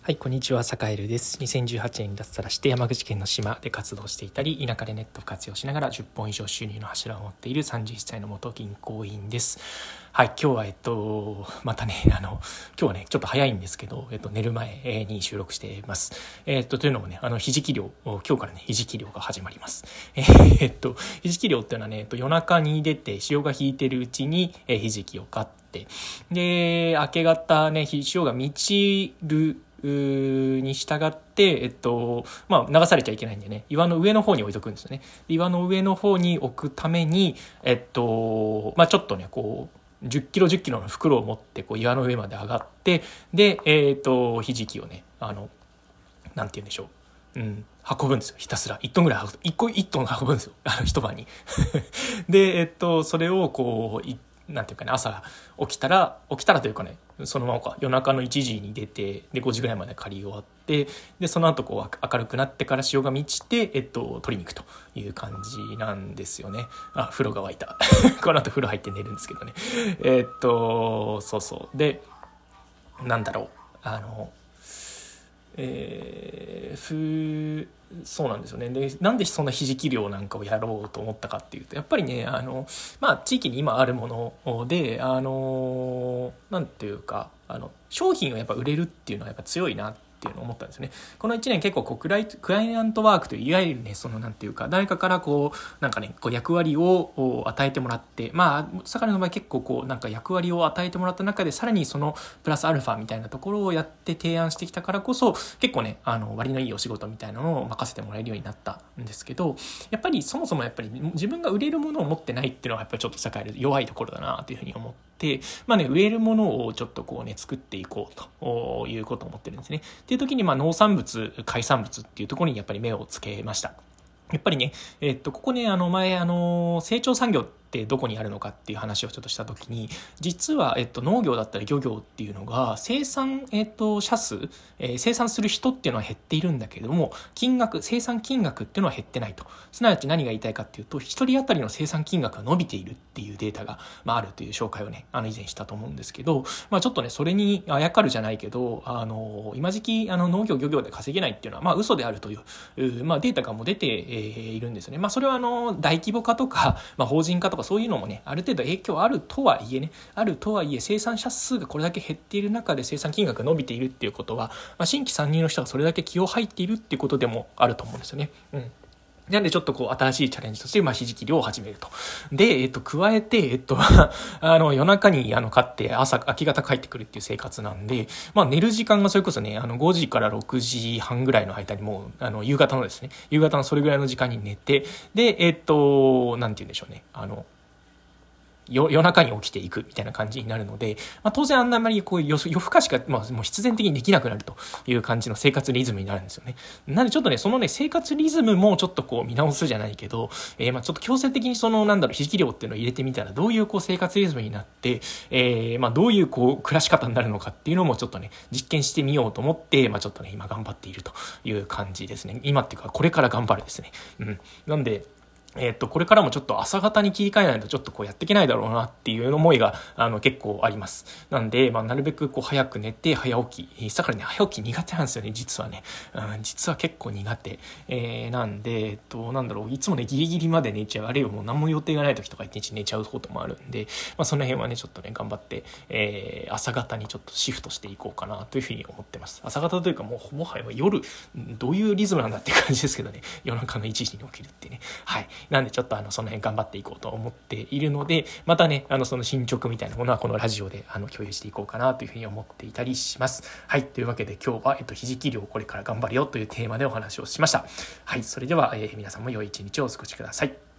はい、こんにちは、坂井です。2018年に脱サラして山口県の島で活動していたり、田舎でネットを活用しながら10本以上収入の柱を持っている31歳の元銀行員です。はい、今日はまたね、今日はね、ちょっと早いんですけど、寝る前に収録しています。というのもね、ひじき漁、今日からね、ひじき漁が始まります。ひじき漁っていうのはね、夜中に出て潮が引いてるうちに、ひじきを飼って、で、明け方ね、潮が満ちる、に従って、流されちゃいけないんでね、岩の上の方に置いとくんですよね。岩の上の方に置くために、ちょっとね、こう、10キロ10キロの袋を持って、こう、岩の上まで上がって、で、ひじきをね、なんて言うんでしょう。運ぶんですよ。ひたすら。1トンぐらい1トン運ぶんですよ。一晩に。で、それをこう、なんていうかね、朝起きたらというかね、そのままか夜中の1時に出て、で5時ぐらいまで借り終わって、でその後こう明るくなってから潮が満ちて、取りに行くという感じなんですよね。風呂が沸いた。この後風呂入って寝るんですけどね。そうそうで、なんだろう、そうなんですよね。で、なんでそんなひじき漁なんかをやろうと思ったかっていうと、やっぱりね、地域に今あるもので、なんていうか、商品をやっぱ売れるっていうのはやっぱ強いなっていうのを思ったんですよね。この1年結構クライアントワークという、いわゆるね、そのなんていうか、誰かからこう、なんかね、こう役割を与えてもらって、坂根の場合結構こう、なんか役割を与えてもらった中で、さらにそのプラスアルファみたいなところをやって提案してきたからこそ、結構ね、割のいいお仕事みたいなのを任せてもらえるようになったんですけど、やっぱりそもそもやっぱり自分が売れるものを持ってないっていうのはやっぱりちょっと坂根弱いところだなというふうに思って、売れるものをちょっとこうね、作っていこうということを思ってるんですね。っていう時に農産物、海産物っていうところにやっぱり目をつけました。やっぱりね、ここね、前、成長産業ってどこにあるのかっていう話をちょっとしたときに、実は、農業だったり漁業っていうのが、生産、者数、生産する人っていうのは減っているんだけれども、生産金額っていうのは減ってないと。すなわち何が言いたいかっていうと、一人当たりの生産金額が伸びているっていうデータが、あるという紹介をね、以前したと思うんですけど、ちょっとね、それにあやかるじゃないけど、今時期、農業漁業で稼げないっていうのは、嘘であるという、データがもう出て、いるんですよね。それは大規模化とか、法人化とかそういうのもね、ある程度影響あるとはいえ生産者数がこれだけ減っている中で生産金額が伸びているっていうことは、新規参入の人がそれだけ気を入っているっていうことでもあると思うんですよね。なんでちょっとこう新しいチャレンジとしてひじき漁を始めると。で、加えて、夜中に買って明け方帰ってくるっていう生活なんで、寝る時間がそれこそね、5時から6時半ぐらいの間にもう、夕方のそれぐらいの時間に寝て、で、なんて言うんでしょうね、夜中に起きていくみたいな感じになるので、当然あんまりこう夜更かしが、もう必然的にできなくなるという感じの生活リズムになるんですよね。なのでちょっとね、そのね、生活リズムもちょっとこう見直すじゃないけど、ちょっと強制的にひじき漁っていうのを入れてみたら、どういうこう生活リズムになって、どういうこう暮らし方になるのかっていうのもちょっとね、実験してみようと思って、ちょっとね、今頑張っているという感じですね。今っていうか、これから頑張るですね。なんで、これからもちょっと朝方に切り替えないとちょっとこうやっていけないだろうなっていう思いが結構あります。なんで、なるべくこう早く寝て早起き。だからね、早起き苦手なんですよね、実はね。実は結構苦手。なんで、いつもね、ギリギリまで寝ちゃう。あるいはもう何も予定がない時とか一日寝ちゃうこともあるんで、その辺はね、ちょっとね、頑張って、朝方にちょっとシフトしていこうかなというふうに思ってます。朝方というかもはや夜、どういうリズムなんだっていう感じですけどね、夜中の1時に起きるってね。はい。なんでちょっとその辺頑張っていこうと思っているので、またね、その進捗みたいなものはこのラジオで共有していこうかなというふうに思っていたりします。はい。というわけで今日は、ひじき漁これから頑張るよというテーマでお話をしました。はい。それでは、皆さんも良い一日をお過ごしください。